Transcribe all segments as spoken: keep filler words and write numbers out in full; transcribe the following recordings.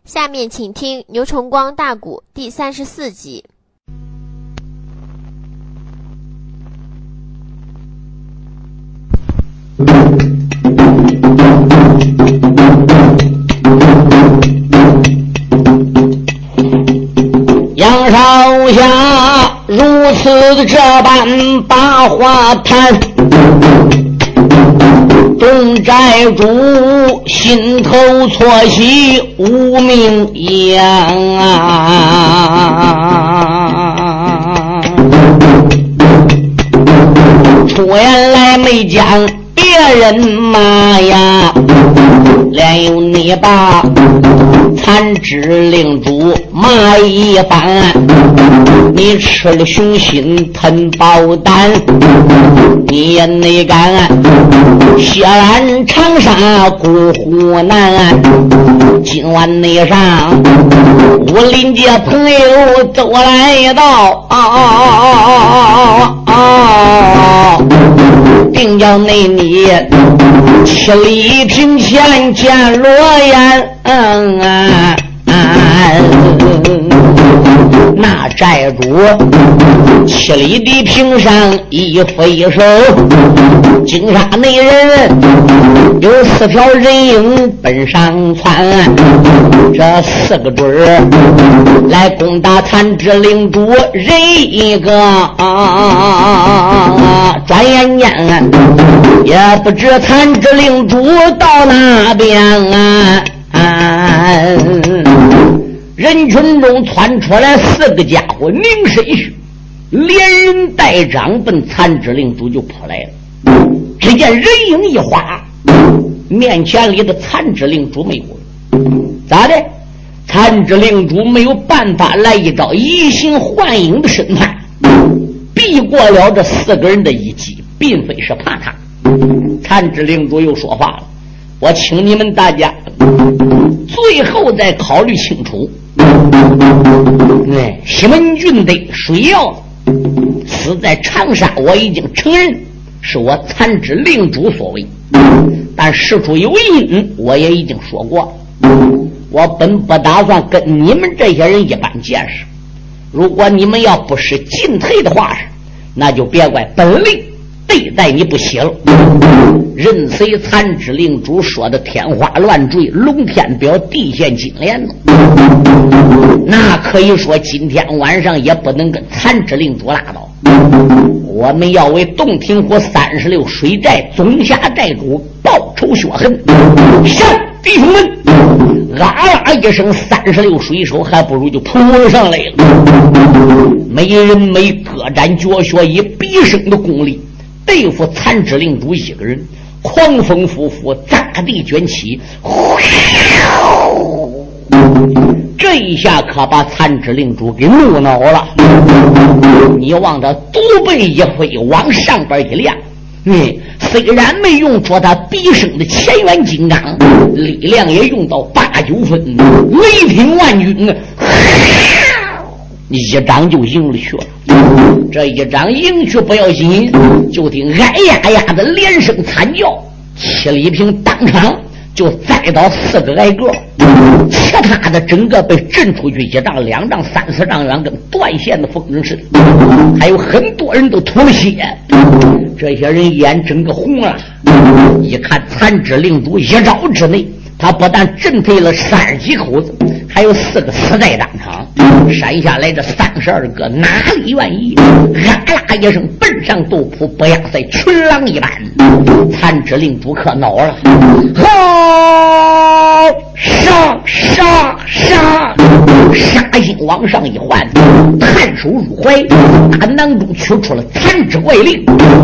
下面请听牛崇光大鼓第三十四集。 杨少侠如此的这般把话谈，东寨主心头错喜无名烟啊，出言来没讲别人骂呀，连有你把残肢令主骂一番，你吃了雄心吞豹胆，你也没敢血染长沙孤湖南，今晚内上武林界朋友都来到啊啊啊啊，定叫内你七里平前见罗颜，嗯啊那寨主七里地平上一挥手，金沙内人有四条人影奔上窜，这四个准儿来攻打残肢领主人一个啊！转眼间也不知残肢领主到哪边啊！啊人群中窜出来四个家伙，凝神须，连人带掌奔残肢领主就扑来了。只见人影一滑，面前里的残肢领主没有了。咋的？残肢领主没有办法来一招移形换影的审判，避过了这四个人的一击，并非是怕他。残肢领主又说话了：我请你们大家最后再考虑清楚。哎，西门郡的水曜死在长沙，我已经承认是我残肢领主所为，但事出有因，我也已经说过，我本不打算跟你们这些人一般见识。如果你们要不识进退的话，那就别怪本令对待你不喜了。任随残肢领主说的天花乱坠，龙天表地陷金莲，那可以说今天晚上也不能跟残肢领主拉倒。我们要为洞庭湖三十六水寨总辖寨主报仇雪恨。上弟兄们，啊啦一声，三十六水手还不如就扑上来了。每人每各展绝学，以毕生的功力对付残肢领主一个人，狂风呼呼，大地卷起，这一下可把残肢领主给怒恼了。你往他独背一挥，往上边一亮，嗯，虽然没用出他毕生的乾元金刚，力量也用到八九分，雷霆万钧，一掌就赢了去了。这一掌赢去不要紧，就听哎呀呀的连声惨叫，七里平当场就栽倒四个挨个，其他的整个被震出去一丈两丈三四丈远，跟断线的风筝似的，还有很多人都吐了血。这些人眼整个红了，一看残肢领主一招之内，他不但震退了三十几口子，还有四个死在当场，闪下来这三十二个哪里愿意啊啦一声奔上斗铺，不亚在群狼一般。残肢领主可恼了，好杀杀杀，杀心往上一换，探手入怀，大囊中取出了残肢怪令。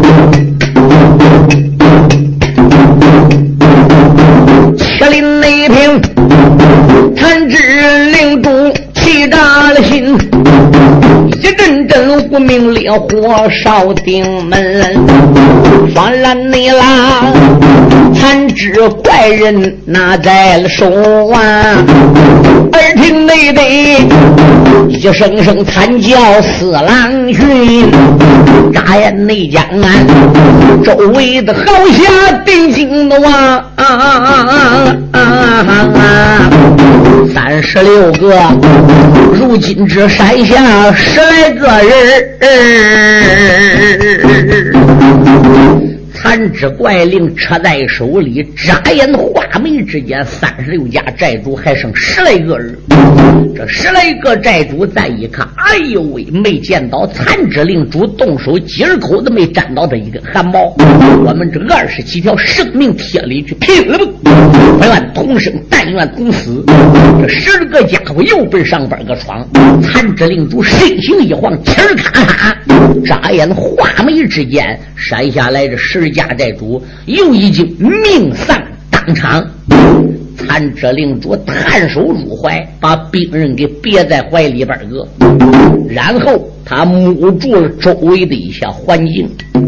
麒麟内平，残肢领主气炸了心，一阵阵无名烈火烧顶门，双蓝内拉残肢怪人拿在了手啊， 耳听内得一声声惨叫四郎群，眨眼内将啊，周围的豪侠定睛的望啊啊啊啊啊！三十六个，如今这山下十来个人。残肢怪令车在手里，眨眼画眉之间，三十六家寨主还剩十来个人。这十来个寨主再一看，哎呦喂，没见到残肢令主动手，几耳口子没沾到这一根汗毛。我们这二十七条生命贴里去拼了吧！不愿同生，但愿同死。这十个家伙又奔上边个闯，残肢令主身形一晃，气儿咔咔，眨眼画眉之间，闪下来这十家寨主又已经命丧当场。残肢令主探手入怀，把病人给别在怀里边个，然后他目住了周围的一下环境。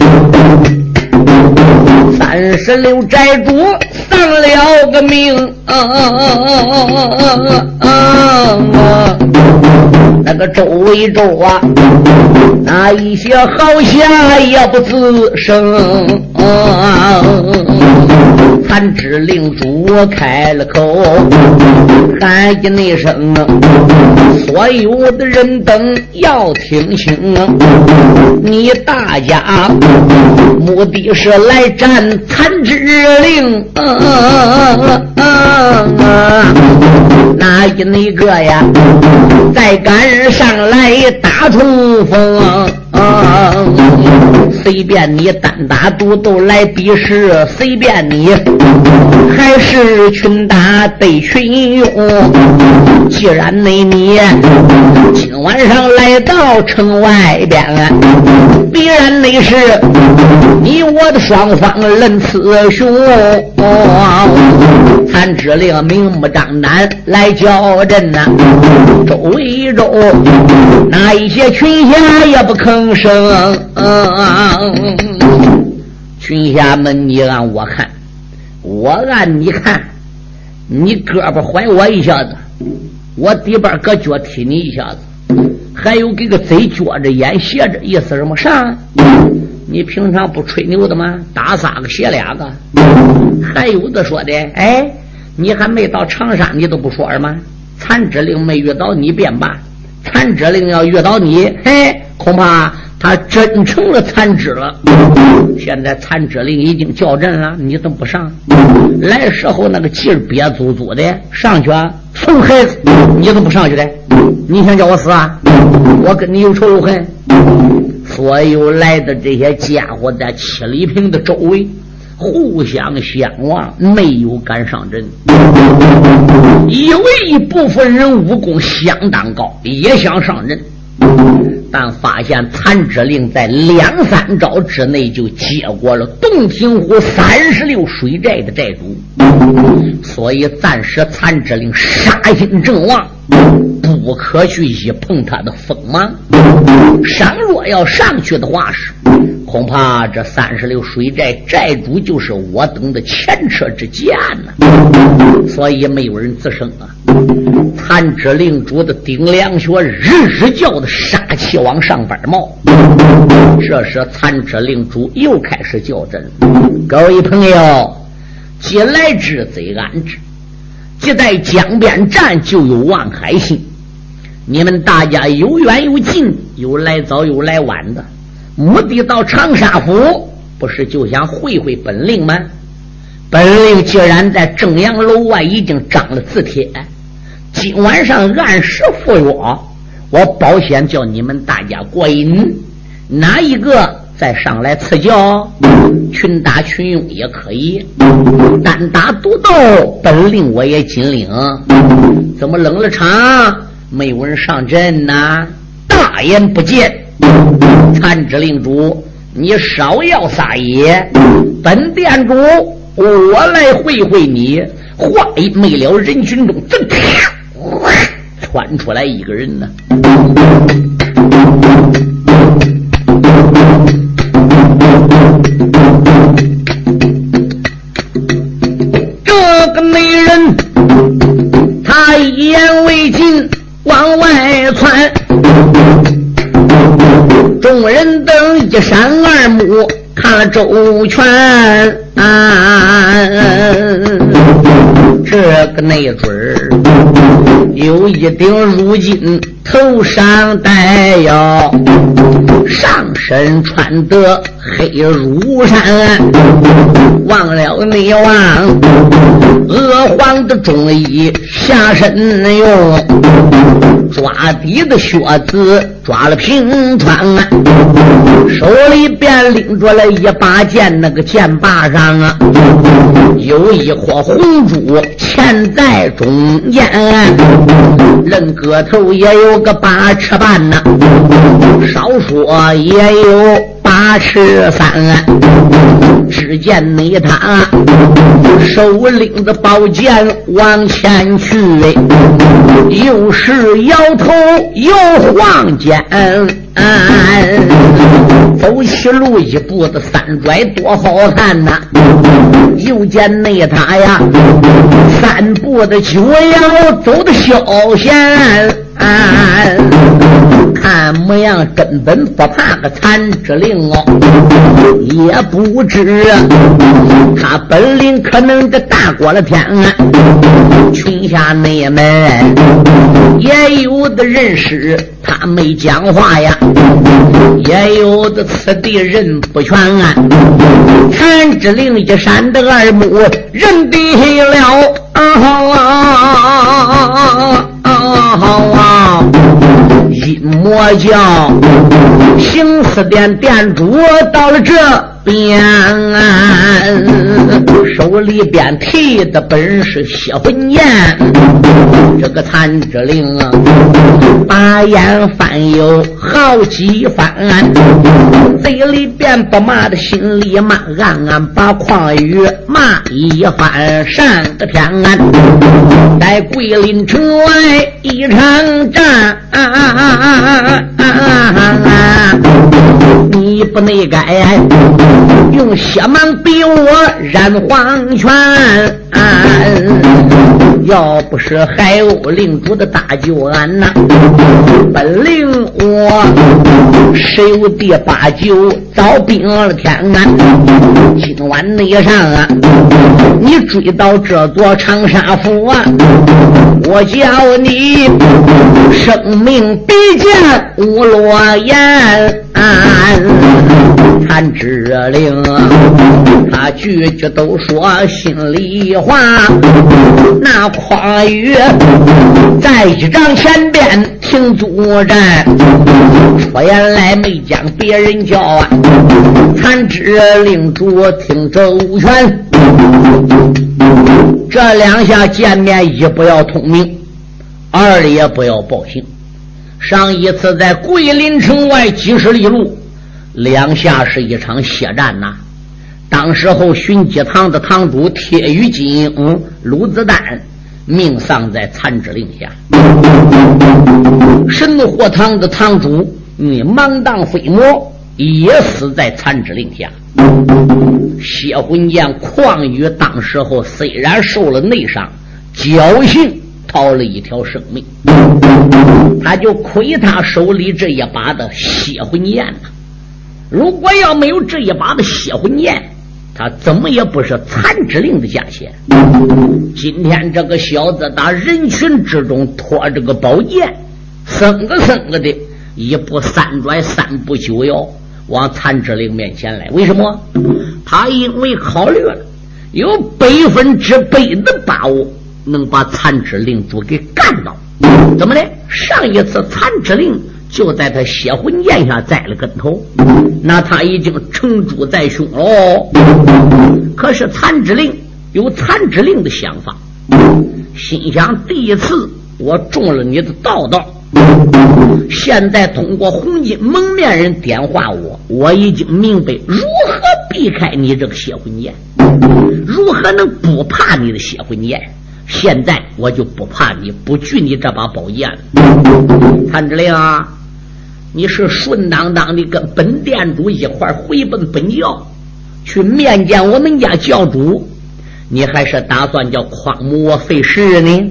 三十六寨主丧了个命，啊啊啊啊啊！那个周围周啊，那一些豪侠也不吱声。啊！残肢令主开了口，喊一那声，所有的人等要听清，你大家目的是来战残肢令，啊啊啊啊！那一那个呀，再赶上来打冲锋，啊！随便你单打独斗来比试，随便你还是群打对群勇。既然那你今晚上来到城外边，必然那是你我的双方论雌雄。残肢令明目张胆来叫阵呐，周围周那一些群侠也不吭声。嗯，群侠们，你按我看，我按你看，你胳膊怀我一下子，我底边搁脚踢你一下子，还有给个嘴撅着眼斜着，意思什么上？你平常不吹牛的吗？打仨个写俩个。还有的说的，哎，你还没到长沙，你都不说什么？残肢令没遇到你便罢，残肢令要遇到你，嘿，恐怕他真成了残肢了。现在残肢令已经叫阵了，你怎么不上？来时候那个劲儿憋足足的，上去啊！臭孩子，你怎么不上去的？你想叫我死啊？我跟你有仇有恨。所有来的这些家伙在七里坪的周围互相相望，没有敢上阵。有一部分人武功相当高，也想上阵，但发现残肢令在两三招之内就接过了洞庭湖三十六水寨的寨主，所以暂时残肢令杀心正旺，不可去一碰他的锋芒。倘若要上去的话是，恐怕这三十六水寨寨主就是我等的前车之鉴呢。所以没有人吱声啊。残肢令主的顶梁穴日日叫的杀气往上边冒。这时残肢令主又开始叫阵，各位朋友，既来之则安之，既在江边站就有望海信。你们大家有远有近，有来早有来晚的，目的到长沙府，不是就想会会本令吗？本令既然在正阳楼外已经张了字帖，今晚上按时赴约，我保险叫你们大家过瘾。哪一个再上来赐教，群打群用也可以，单打独斗本令我也尽领。怎么冷了场没有人上阵呢？大言不见，残肢令主，你少要撒野。本店主我来会会你。话一没了，人群中真窜出来一个人呢。这个美人她一一言未尽往外窜，众人等一闪二目看了周全，啊，这个内准儿有一顶如今头上戴哟，上身穿得黑如衫，忘了内忘鹅黄的中衣下身用，抓底的靴子抓了平川，手里边拎着了一把剑，那个剑把上啊有一颗红珠嵌在中间，人个头也有个八尺半呐、啊，少说也有八尺三，只见内他手拎着宝剑往前去，又是摇头又晃肩，走起路一步的三拽多好看呐、啊！又见内他呀三步的九摇走的小闲，看模样根本不怕个残之令哦，也不知他本领可能这大过了天啊！群下内门也有的认识他没讲话呀，也有的此地人不全啊！残之令一闪的二目认定了啊啊啊啊！一魔教行四殿殿主到了这边，手里边提的本是血魂剑，这个残之令啊，把眼翻有好几番，嘴里边不骂的心里骂，暗暗把况宇骂一番，上个天安在桂林城外一场战，啊啊啊啊啊啊！你不内改用血芒逼我染黄泉，啊，要不是海鸥领主的大救俺呐、啊，本领我十有第八九早兵了天安。今晚内上啊，你追到这座长沙府啊，我叫你生命必见无落言。残之令他句句都说心里话，那跨越在一丈前边停足站，说原来没将别人叫啊，残之令主听周全，这两下见面一不要通名，二也不要报信。上一次在桂林城外几十里路，两下是一场血战呐、啊。当时候寻鸡堂的堂主铁羽金鹰鲁子丹命丧在残之令下，神火堂的堂主嗯芒荡飞魔也死在残之令下。血魂剑况宇当时候虽然受了内伤，侥幸逃了一条生命，他就亏他手里这一把的血魂剑啊！如果要没有这一把的血魂剑，他怎么也不是残之令的价钱。今天这个小子打人群之中拖着个宝剑，生个生个的一步三拽三步九摇往残之令面前来，为什么？他因为考虑了有百分之百的把握能把残之令主给干到。怎么呢？上一次残之令就在他血魂剑下栽了跟头，那他已经成主在胸了。可是残之令有残之令的想法，心想第一次我中了你的道道，现在通过红巾蒙面人点化我，我已经明白如何避开你这个血魂剑，如何能不怕你的血魂剑。现在我就不怕你，不惧你这把宝剑。残之令啊，你是顺当当的跟本店主一块回奔本教，去面见我们家教主， 你还是打算叫匡母我费事呢？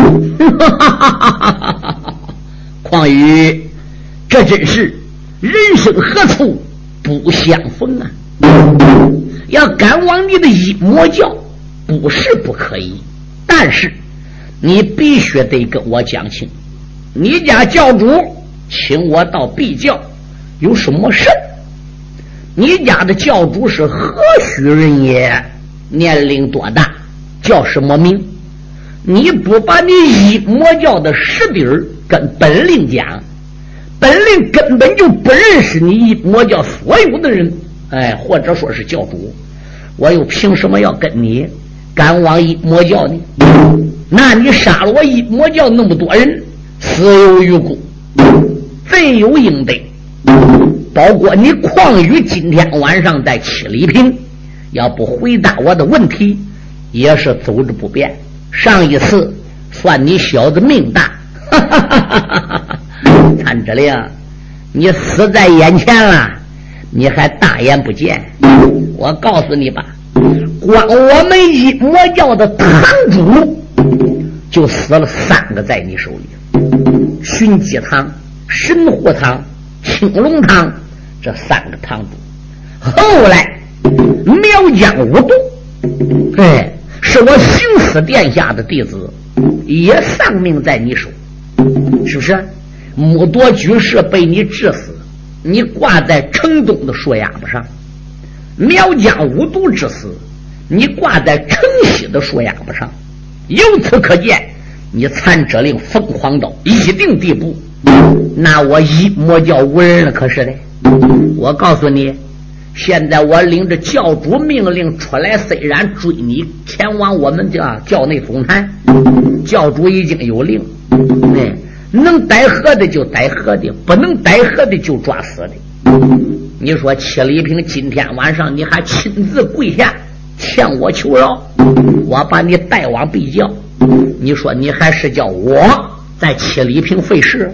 匡宇，这真是人生何处不相逢啊！要赶往你的一魔教不是不可以，但是你必须得跟我讲清，你家教主请我到毕教有什么事？你家的教主是何许人也？年龄多大？叫什么名？你不把你一魔教的实底儿跟本令讲，本令根本就不认识你一魔教所有的人，哎，或者说是教主，我又凭什么要跟你赶往一魔教呢？那你杀了我一魔教那么多人，死有余辜，罪有应得。包括你邝宇今天晚上在七里坪，要不回答我的问题，也是走着不便。上一次算你小子命大，哈哈哈哈哈！参知令，你死在眼前了，你还大言不歼？我告诉你吧，光我们一魔教的堂主就死了三个在你手里，寻基堂、神虎堂、青龙堂这三个堂主。后来苗疆五毒，哎，是我行死殿下的弟子，也丧命在你手，是不是？木铎居士被你致死，你挂在城东的树丫子上；苗疆五毒之死，你挂在城西的树丫子上。由此可见，你参者令疯狂到一定地步，那我一魔教无人了，可是的。我告诉你，现在我领着教主命令出来，虽然追你前往我们家教内风坛，教主已经有令，哎，能逮活的就逮活的，不能逮活的就抓死的。你说七里坪今天晚上你还亲自跪下向我求饶，我把你带往必教，你说你还是叫我在七里坪费事？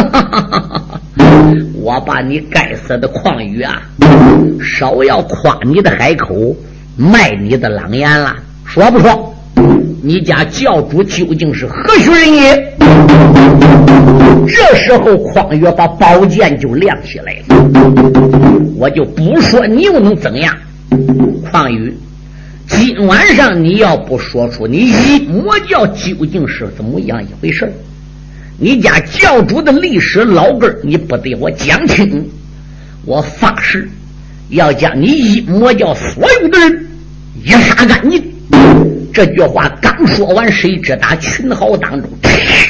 我把你该死的旷宇啊，少要夸你的海口，卖你的朗言了，说不说？你家教主究竟是何许人也？这时候旷宇把宝剑就亮起来了，我就不说你又能怎样？旷宇，今晚上你要不说出你一魔教究竟是怎么样一回事，你家教主的历史老根你不得我讲清，我发誓要将你一魔教所有的人一杀干净。这句话刚说完，谁知打群豪当中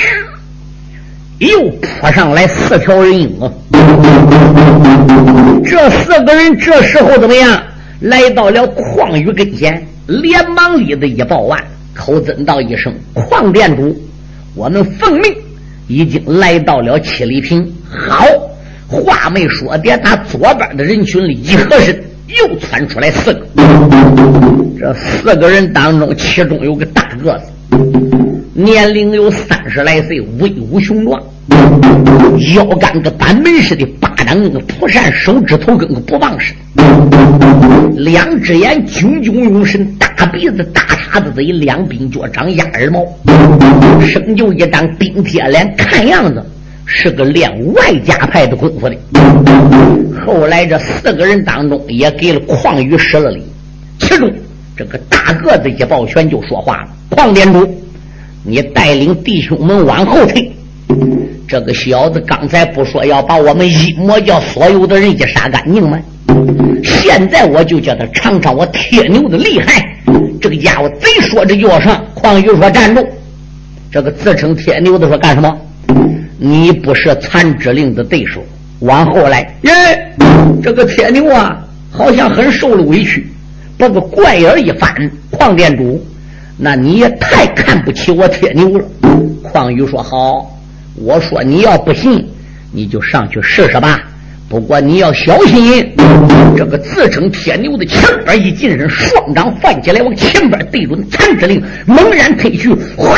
又扑上来四条人影啊！这四个人这时候怎么样？来到了旷宇跟前，连忙里的一抱腕，口尊道一声：旷店主，我们奉命已经来到了七里坪。好，话没说点，他左边的人群里一合身，又窜出来四个。这四个人当中，其中有个大个子，年龄有三十来岁，威武雄壮，腰杆跟板门似的，巴掌跟个蒲扇，手指头跟个不棒似的，两只眼炯炯有神，大鼻子大叉子嘴，两鬓角长鸭耳毛，生就一张冰铁脸，看样子是个练外家派的功夫的。后来这四个人当中也给了旷宇施了礼，其中这个大个子一抱拳就说话了：旷店主，你带领弟兄们往后退，这个小子刚才不说要把我们一魔教所有的人一杀干净吗？现在我就叫他尝尝我铁牛的厉害。这个家伙贼说着就要上，旷宇说站住。这个自称铁牛的说干什么？你不是残之令的对手，往后来。耶，这个铁牛啊好像很受了委屈，把个怪眼一翻，旷店主，那你也太看不起我铁牛了。旷宇说好，我说你要不信你就上去试试吧，不过你要小心。这个自称铁牛的前边一近身，双掌翻起来往前边对准残之令猛然推去，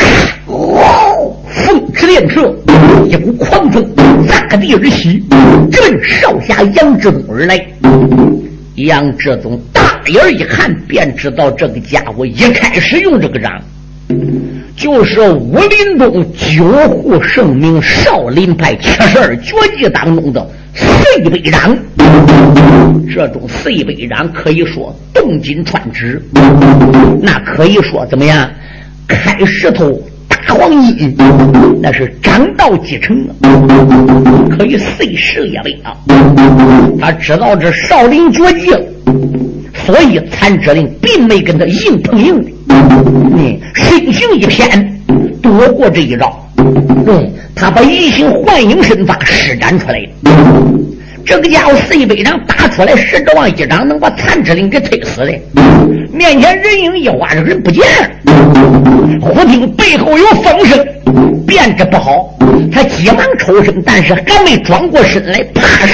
风驰电掣，一股狂风砸地而起，直奔少侠杨志东而来。 杨志宗大眼一看，便知道这个家伙一开始用这个掌，就是武林中九户盛名少林派七十二绝技当中的碎背掌。这种碎背掌可以说动金穿指，那可以说怎么样？开石头打黄金，那是掌到几成啊，可以碎石也为啊。他知道这少林绝技了，所以残之令并没跟他硬碰硬的，嗯，身形一偏躲过这一招。对，他把移形换影身法施展出来了。这个家伙四背掌打出来，石指王一掌能把残之令给推死的。面前人影一晃，这人不见了。忽听背后有风声，便知不好，他急忙抽身，但是还没转过身来，啪嗖，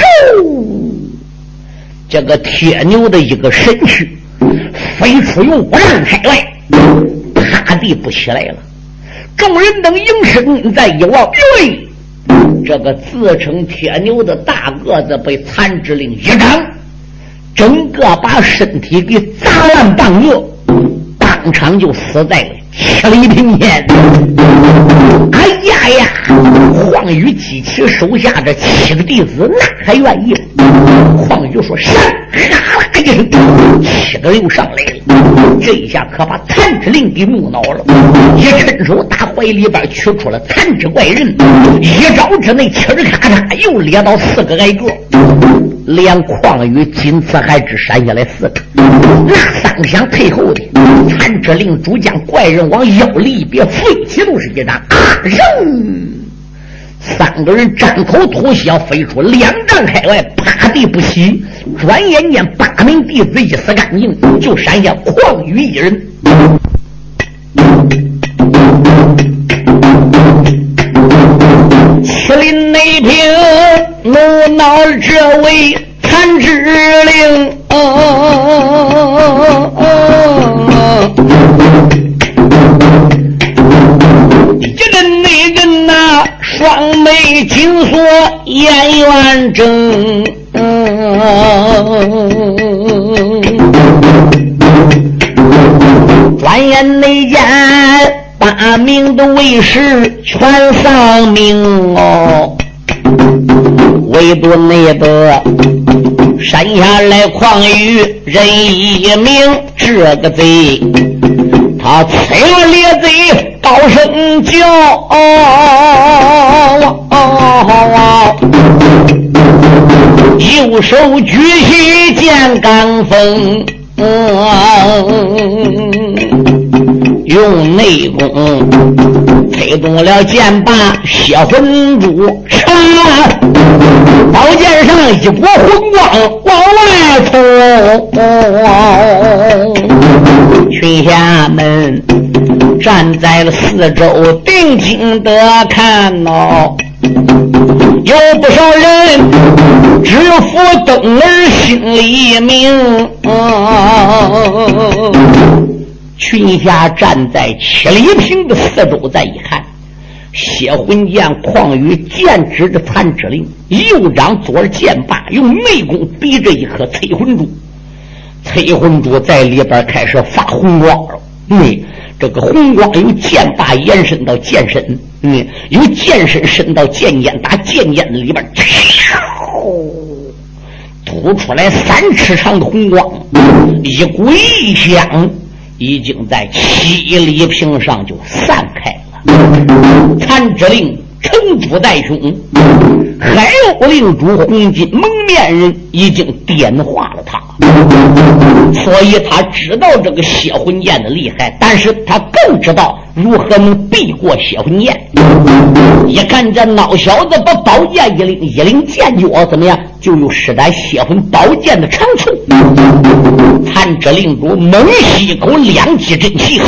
这个铁牛的一个身躯飞出有五丈开外，趴地不起来了。众人等应声再一望，喂，这个自称铁牛的大个子被残之令一掌整个把身体给砸烂半个，当场就死在了七里平天。哎呀呀，黄宇激起手下这七个弟子，哪还愿意？黄宇说上，哈啦一声，七个又上来了。这一下可把残之令给怒恼了，一伸手打怀里边取出了残之怪人，一招之内嘁哩咔嚓又列到四个挨个，连旷宇仅此还只闪下来四个。那三个想退后的，残之令主将怪人往腰里一别，飞起都是一掌，啊扔！三个人张口吐血，飞出两丈开外，趴地不起。转眼间八名弟子一死干净，就闪下旷宇一人。麒麟内平怒恼这位残之令，哦哦哦这人内人呐，双眉紧锁，眼圆睁。转眼内间，八名的卫士全丧命哦，唯独那个山下来旷宇人一名，这个贼他催了列贼高声叫，哦哦哦哦，右手举起剑罡风，嗯，用内功推动了剑把血魂珠插，宝剑上一股魂光往外冲，群侠们站在了四周定睛的看哦，有不少人只服东儿心里明，群侠站在七里坪的四周再一看，血魂剑旷宇剑指着残之令，右掌左剑把用内功逼着一颗催魂珠，催魂珠在里边开始发红光了。嗯，这个红光由剑把延伸到剑身，嗯，由剑身伸到剑尖，打剑尖的里边吐出来三尺长的红光，一股异香已经在七里坪上就散开了。残之令城主在胸，海鸥令主红巾蒙面人已经点化了他，所以他知道这个血魂剑的厉害，但是他更知道如何能避过血魂剑。一看这孬小子把宝剑一领，一领剑脚怎么样，就有施展血魂宝剑的长处。残之令主猛吸一口两气真气，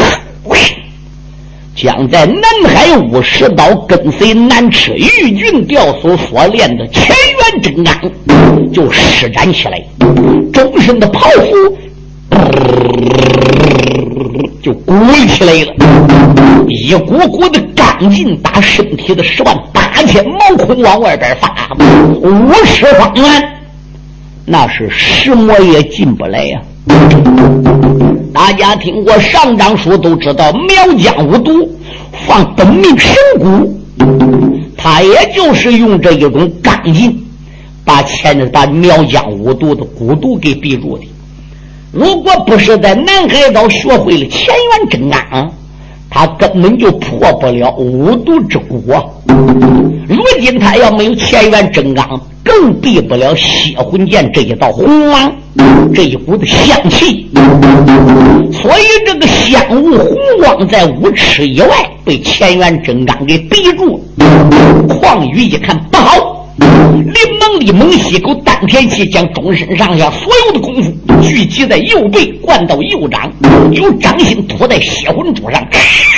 将在南海五十岛跟随南魑玉俊调所所练的乾元真罡就施展起来，周身的袍服、呃、就鼓起来了，一股股的刚劲打身体的十万八千毛孔往外边发，五尺方圆， 那是石磨也进不来呀、啊。大家听过上章书都知道，苗疆五毒放本命神蛊，他也就是用这一种刚劲把前把苗疆五毒的蛊毒给逼住的。如果不是在南海岛学会了乾元真刚，他根本就破不了五毒之蛊啊。如今他要没有乾元真刚，更避不了血魂剑这一道红芒，这一股的香气。所以这个香雾红光在五尺以外被乾元真刚给逼住。况宇一看不好，连忙里猛吸口丹田气，将终身上下所有的功夫聚集在右背，灌到右掌，由掌心吐在血魂柱上，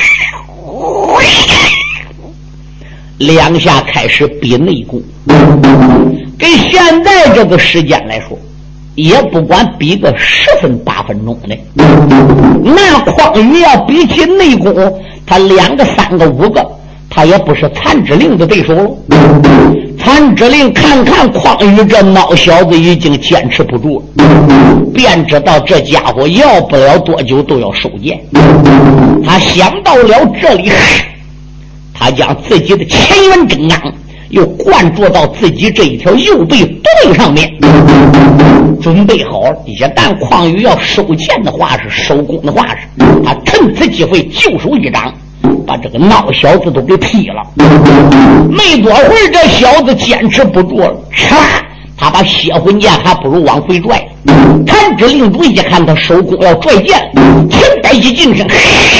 两下开始比内功。跟现在这个时间来说，也不管比个十分八分钟的，那匡宇要比起内功，他两个三个五个，他也不是残之令的对手了。残之令看看匡宇这孬小子已经坚持不住了，便知道这家伙要不了多久都要收剑。他想到了这里，他将自己的乾元真刚又灌注到自己这一条右背肚上面，准备好了。一旦匡宇要收剑的话，是收功的话，是他趁此机会就手一掌，把这个孬小子都给劈了。没多会儿，这小子坚持不住了，唰，他把血魂剑还不如往回拽。谭之令主一看他收功要拽剑，前边一进身，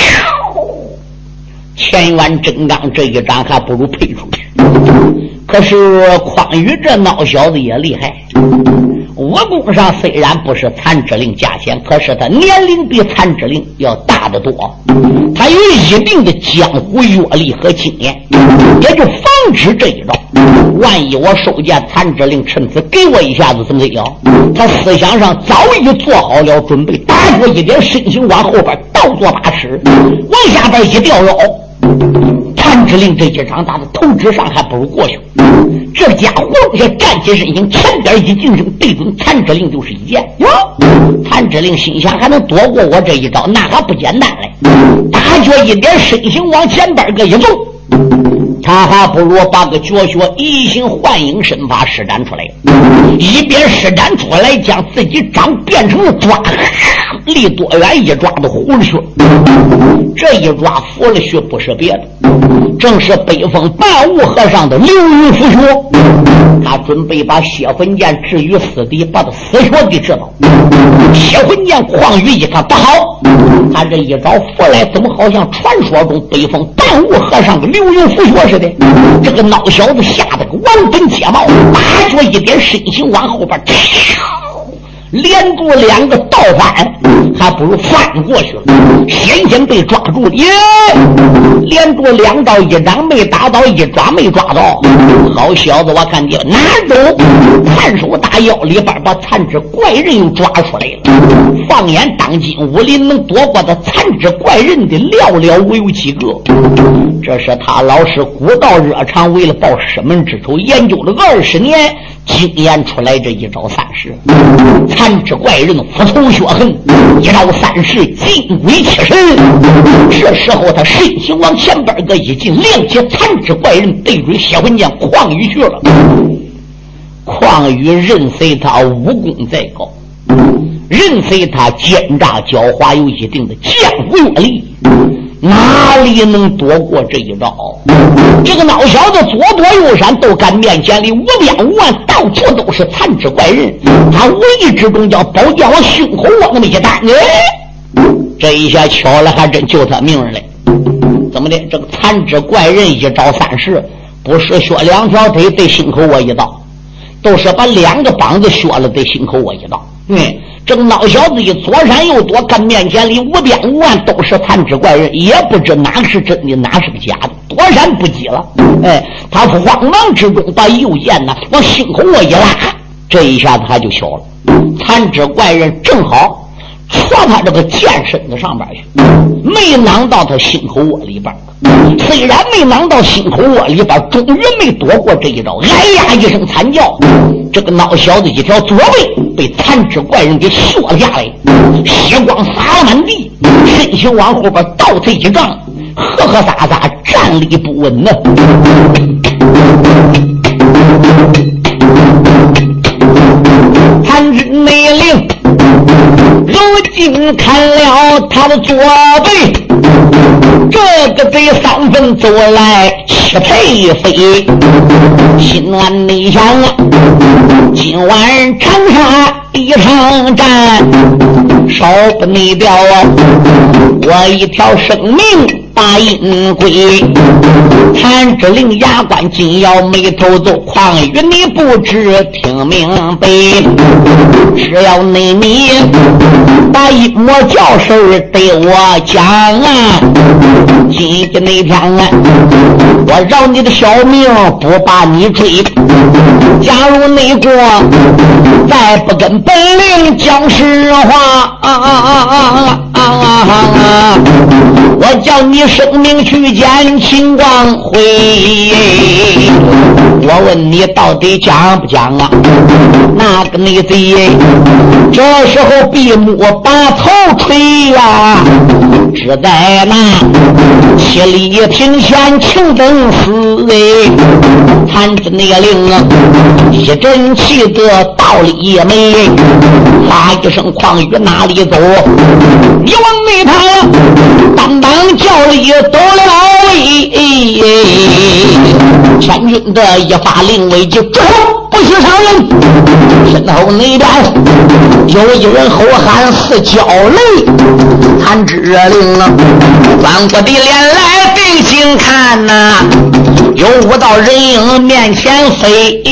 乾元真刚这一掌还不如配出去。可是匡宇这孬小子也厉害，武功上虽然不是残之令价钱，可是他年龄比残之令要大得多，他有一定的江湖阅历和经验，也就防止这一招。万一我收剑，残之令趁此给我一下子怎么样？他思想上早已做好了准备，打出一点身形往后边倒坐八尺，往下边一掉腰。残之令这一掌打的头之上还不如过去，这家伙下站起身形，前边一进身对准残之令就是一剑。哟，残之令心想还能躲过我这一招，那还不简单嘞！大脚一点身形往前边个一走，他还不如把个绝学移形幻影身法施展出来，一边施展出来，将自己掌变成了抓，离多远一抓的葫芦穴。这一抓葫芦穴不是别的，正是北风半雾和尚的流云符穴。他准备把血魂剑置于死地，把他死穴给知道。血魂剑匡宇一看不好，他这一招佛来怎么好像传说中北风半雾和尚的流云符穴似的？这个孬小子吓得个王本解帽，打着一点身形往后边连住两个倒翻，还不如翻过去了，险险被抓住了。耶，连住两刀，一掌没打到，一抓没抓到。好小子，我看你拿走残手大腰里边把残肢怪人又抓出来了。放眼当今武林能躲过的残肢怪人的寥寥无有几个。这是他老师古道热肠为了报师门之仇研究了二十年精研出来这一招三式。残肢怪人斧头血痕，一招三式金鬼七神。这时候他身形往前边个一进，亮起残肢怪人对准血魂剑匡宇去了。匡宇任随他武功再高，任随他奸诈狡猾有一定的江湖阅历，哪里能躲过这一招？这个孬小子左躲右闪，都赶面前里无边无岸，到处都是残肢怪人。他无意之中将宝剑往胸口往那么一搭，哎，这一下巧了，还真救他命了。怎么的？这个残肢怪人一招三式，不是削两条腿对心口我一刀，都是把两个膀子削了对心口我一刀。嗯，这个孬小子一左闪右躲，看面前里无边无岸都是残肢怪人，也不知哪个是真的，哪是个假的，躲闪不及了。哎，他慌忙之中把右剑呢往心口我一拉，这一下子他就巧了。残肢怪人正好戳他这个剑身子上边去，没囊到他心口窝里边。虽然没囊到心口窝里边，终于没躲过这一招。哎呀一声惨叫，这个孬小子一条左背被残肢怪人给削了下来，血光洒了满地，身形往后边倒退一丈，呵呵撒撒站立不稳呢。残肢内灵如今看了他的左背，这个贼三分走来气配飞，心安内想啊，今晚长沙一场战，少不内掉啊，我一条生命大阴归。残肢令牙关紧咬眉头皱，况与你不知听明白，只要你你把一模教事对我讲啊，今天那天啊，我饶你的小命不把你追，假如内国再不跟本领讲实话啊啊啊啊啊啊啊，我叫你生命去见秦光辉。我问你到底讲不讲啊？那个内贼这时候闭目把头垂呀、啊，只在那七里平前请等死哎，残肢那个令啊，一阵气得道理也没，发一声狂语哪里走？你往内他当当叫里走了位，千军的一发令为就之后不许上人，身后那边有一人吼喊似焦泪，残肢令啊，转过的脸来定睛看呐、啊，有五道人影面前飞，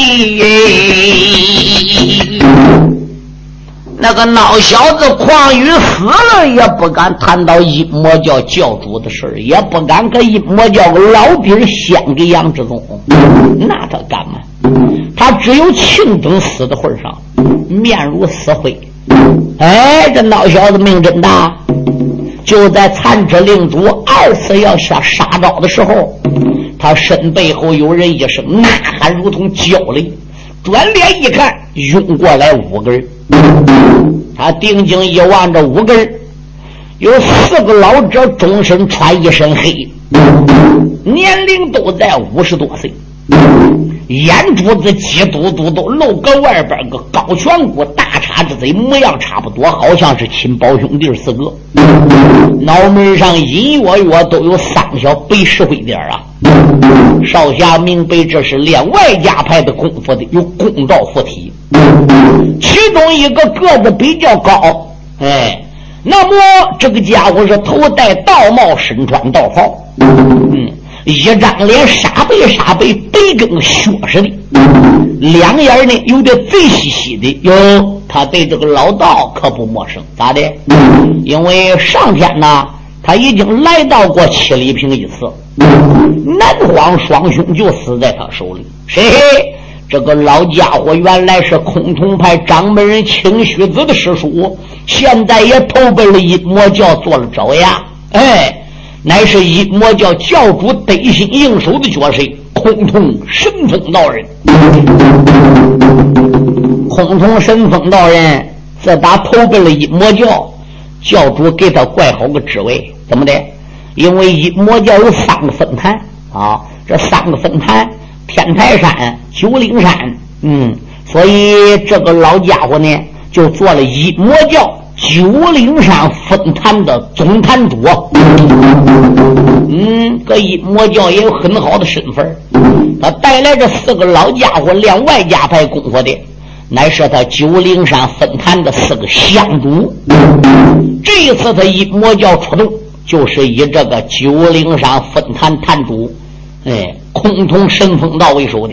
那个孬小子狂语死了也不敢谈到阴魔教教主的事，也不敢跟阴魔教老底儿献给杨志宗，那他干嘛？他只有庆等死的份上，面如死灰。哎，这孬小子命真大！就在残肢令主二次要下杀招的时候，他身背后有人一声呐喊，如同焦雷，转脸一看，涌过来五个人。他定睛一望，这五个人有四个老者，终身穿一身黑，年龄都在五十多岁，眼珠子鸡嘟嘟都露个外边个高颧骨，大叉子嘴，模样差不多，好像是亲胞兄弟四个，脑门上隐约约都有三小白石灰点啊。少侠明白这是练外家派的功夫的，有公道附体，其中一个个子比较高，哎，那么这个家伙是头戴道帽，身穿道袍，嗯，一张脸傻白傻白，白跟雪似的，两眼呢有点贼兮兮的。哟，他对这个老道可不陌生，咋的？因为上天呢，他已经来到过七里坪一次，南荒双兄就死在他手里。谁？这个老家伙原来是崆峒派掌门人清虚子的师叔，现在也投奔了阴魔教做了爪牙，哎，乃是阴魔教教主得心应手的角色，崆峒神风道人。崆峒神风道人自打投奔了阴魔教，教主给他怪好个职位，怎么的？因为阴魔教有三个分坛啊，这三个分坛，天台山、九灵山，嗯，所以这个老家伙呢，就做了阴魔教九灵山分坛的总坛主。嗯，个阴魔教也有很好的身份，他带来这四个老家伙练外家派功夫的，乃是他九灵山分坛的四个香主。这一次他阴魔教出动，就是以这个九灵山分坛坛主，哎，崆峒神风道为首的。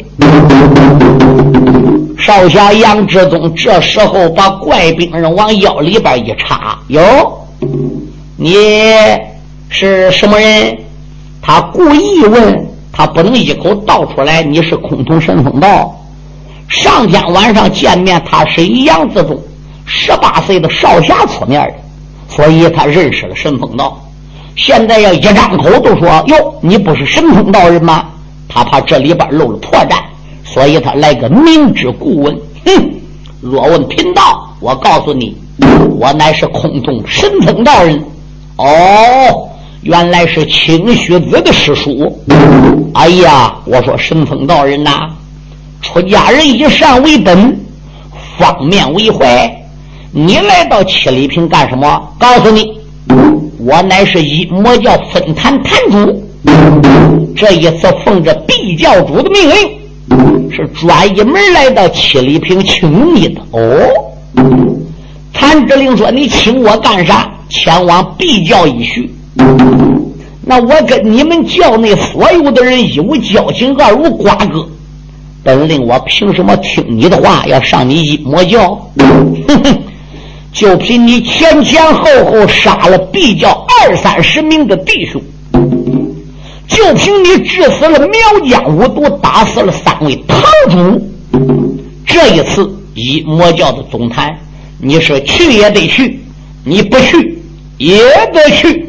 少侠杨志宗这时候把怪兵人往腰里边一插，哟，你是什么人？他故意问，他不能一口道出来，你是崆峒神风道。上天晚上见面，他是杨志宗十八岁的少侠出面的，所以他认识了神风道。现在要一张口都说哟，你不是神风道人吗？他怕这里边露了破绽，所以他来个明知故问。哼，若问贫道， 我告诉你，我乃是空洞神风道人。哦，原来是清虚子的师叔。哎呀，我说神风道人呐、啊，出家人以善为本，方面为怀。你来到七里坪干什么？告诉你，我乃是阴魔教分坛坛主。这一次奉着毕教主的命令，是专一门来到七里坪请你的。哦，谭志令说：“你请我干啥？前往毕教一叙。那我跟你们教内所有的人一无交情，二无瓜葛，本令我凭什么听你的话要上你阴魔教？哼哼，就凭你前前后后杀了毕教二三十名的弟兄，就凭你致死了苗疆五毒，打死了三位堂主，这一次阴魔教的总坛，你是去也得去，你不去也得去。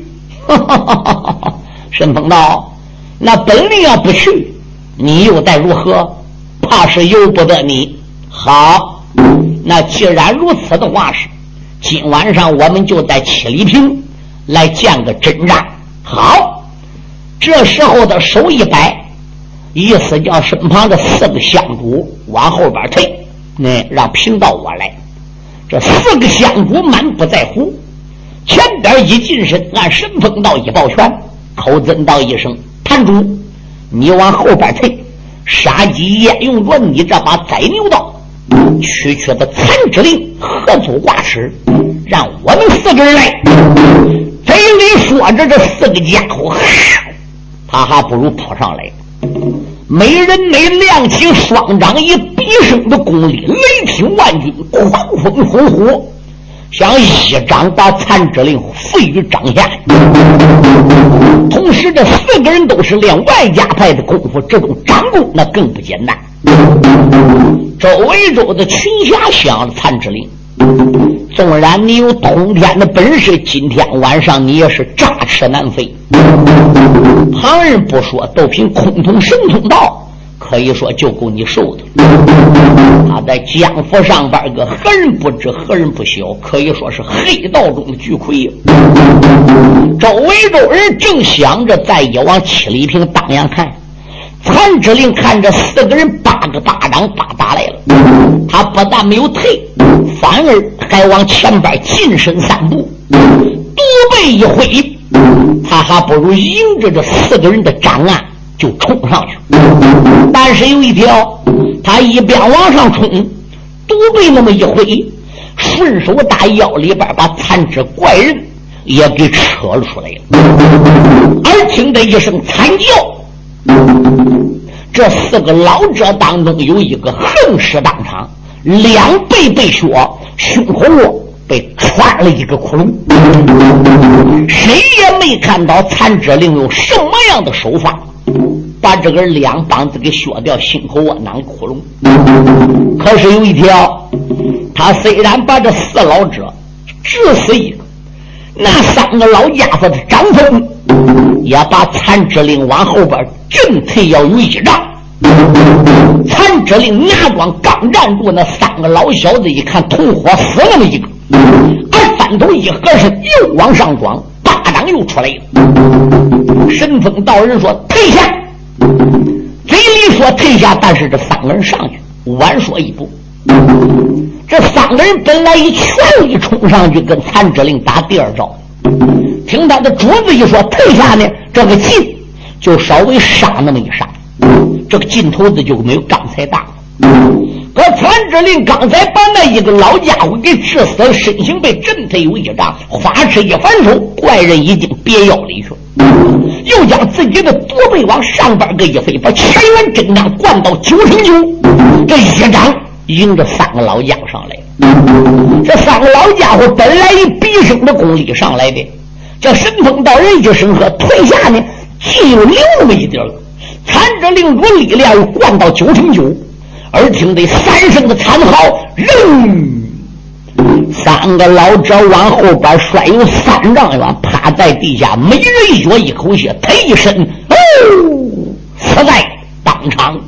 沈鹏道，那本令要不去，你又待如何？怕是由不得你。好，那既然如此的话是，今晚上我们就在七里坪来见个真章。好，这时候的手一摆，意思叫身旁的四个香主往后边退，那让贫道我来。这四个香主满不在乎，前边一近身，按神风道一抱拳，口尊道一声：“坛主，你往后边退，杀鸡焉用着你这把宰牛刀，区区的残之令何足挂齿，让我们四个人来。”嘴里说着，这四个家伙他还不如扑上来，每人每亮起双掌以毕生的功力，雷霆万钧，狂风呼呼，想一掌把残之令废于掌下。同时这四个人都是练外家派的功夫，这种掌功那更不简单。周围州的群侠想了残之令，纵然你有通天的本事，今天晚上你也是插翅难飞。旁人不说，都凭空通神通道，可以说就够你受的。他在江湖上边个何人不知何人不晓，可以说是黑道中的巨魁。周围州人正想着再一往七里坪当阳看，残之令看着四个人八个巴掌打打来了，他不但没有退，反而还往前边近身三步，多背一挥，他还不如迎着这四个人的掌啊就冲上去。但是有一条，他一边往上冲，多背那么一挥，顺手打腰里边把残肢怪人也给扯了出来了。而听得一声惨叫，这四个老者当中有一个横尸当场，两背被削，胸口窝被穿了一个窟窿。谁也没看到残肢令用什么样的手法把这个两膀子给削掉心口窝囊窟窿。可是有一条，他虽然把这四老者致死一个，那三个老家伙的掌风也把残肢令往后边震退要有一丈。残肢令拿桩刚站住，那三个老小子一看同伙死那么一个，而翻头一合身又往上撞，巴掌又出来了。神风道人说退下，嘴里说退下，但是这三个人上去晚说一步。这三个人本来一全力冲上去跟残肢令打第二招，听他的主子一说退下呢，这个劲就稍微杀那么一杀，这个劲头子就没有刚才大。可残肢令刚才把那一个老家伙给致死了，身形被震退有一丈，花痴一反手，怪人已经别腰里去了，又将自己的左背往上边个一飞，把全员真掌灌到九成九，这一掌迎着三个老将上来。这三个老家伙本来以毕生的功力上来的，叫神风道人一声喝退下呢，既有留那么一点，残肢令主力量又灌到九成九，而听得三声的惨嚎，扔三个老者往后边摔有三丈远，趴在地下，每人血一口血，他一身哦，死在当场。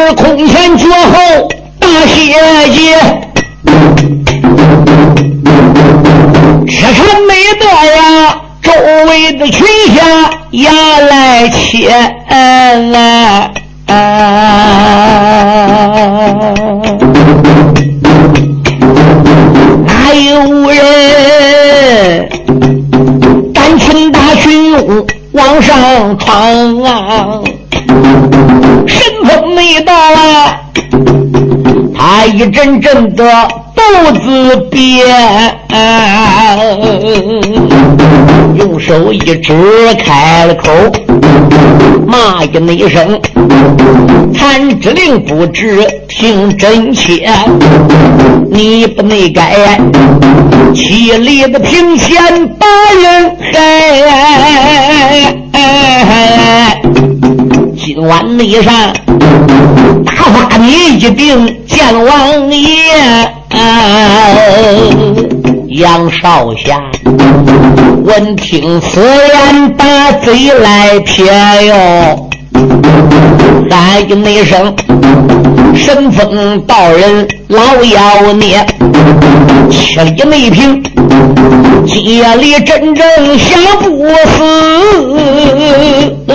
是空前绝后大谢节，这才没得呀周围的群侠压来切啊啊！哪有人单群大群勇往上闯啊？神风没到啊，他一阵阵的肚子憋，用手一指开了口，骂一那声残之令不知听真切，你不内改气力的平险把人害，今晚内上打发你一并见王爷啊！杨少侠闻听此言把嘴来撇哟，喊一那声神风道人老妖孽，气力没平今夜里真正想不死，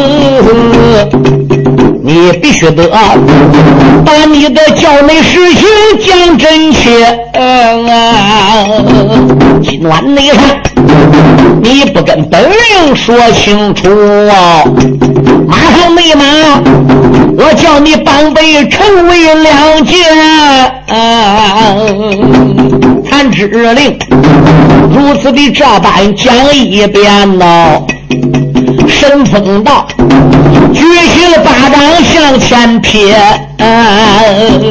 你必须得把你的教内实情讲真切啊！今晚内上你不跟本人说清楚哦，马上内马我叫你帮背成为两件啊！残之令如此的这般讲一遍哦，神风道举起了巴掌向前撇，啊、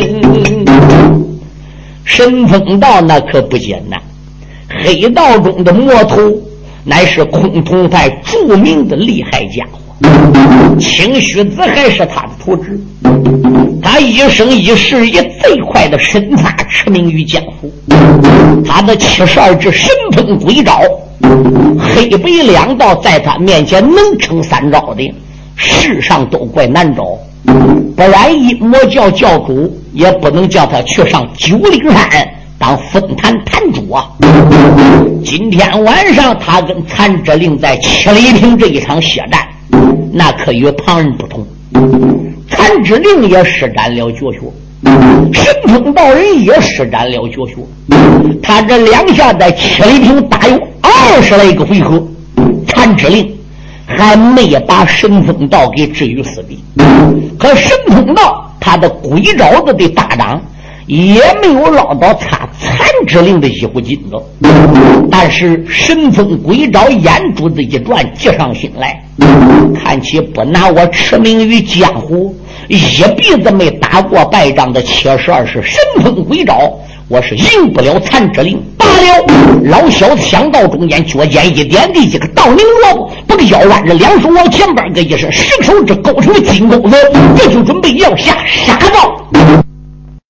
神风道那可不简单，黑道中的魔头乃是空峒派著名的厉害家伙，清虚子还是他的徒侄，他一生一世以最快的身法驰名于江湖，他的七十二支神风鬼招黑白两道在他面前能成三招的世上都怪难找，不然阴魔教教主也不能叫他去上九岭山当分坛坛主啊！今天晚上他跟残之令在七里坪这一场血战，那可与旁人不同，残之令也施展了绝学，神风道人也施展了绝学，他这两下在七里坪打有二十来个回合，残之令还没把神风道给置于死地，可神风道他的鬼爪子的大掌也没有捞到他残之令的一股劲子，但是神风鬼爪眼珠子一转，计上心来，看起不拿我驰名于江湖一辈子没打过败仗的七十二是神风鬼爪，我是赢不了残之令。罢了，老小子想到中间，脚尖一点的一个倒拧萝卜，把个腰弯着，两手往前边个一伸，十手指勾成金钩子，这就准备要下杀刀。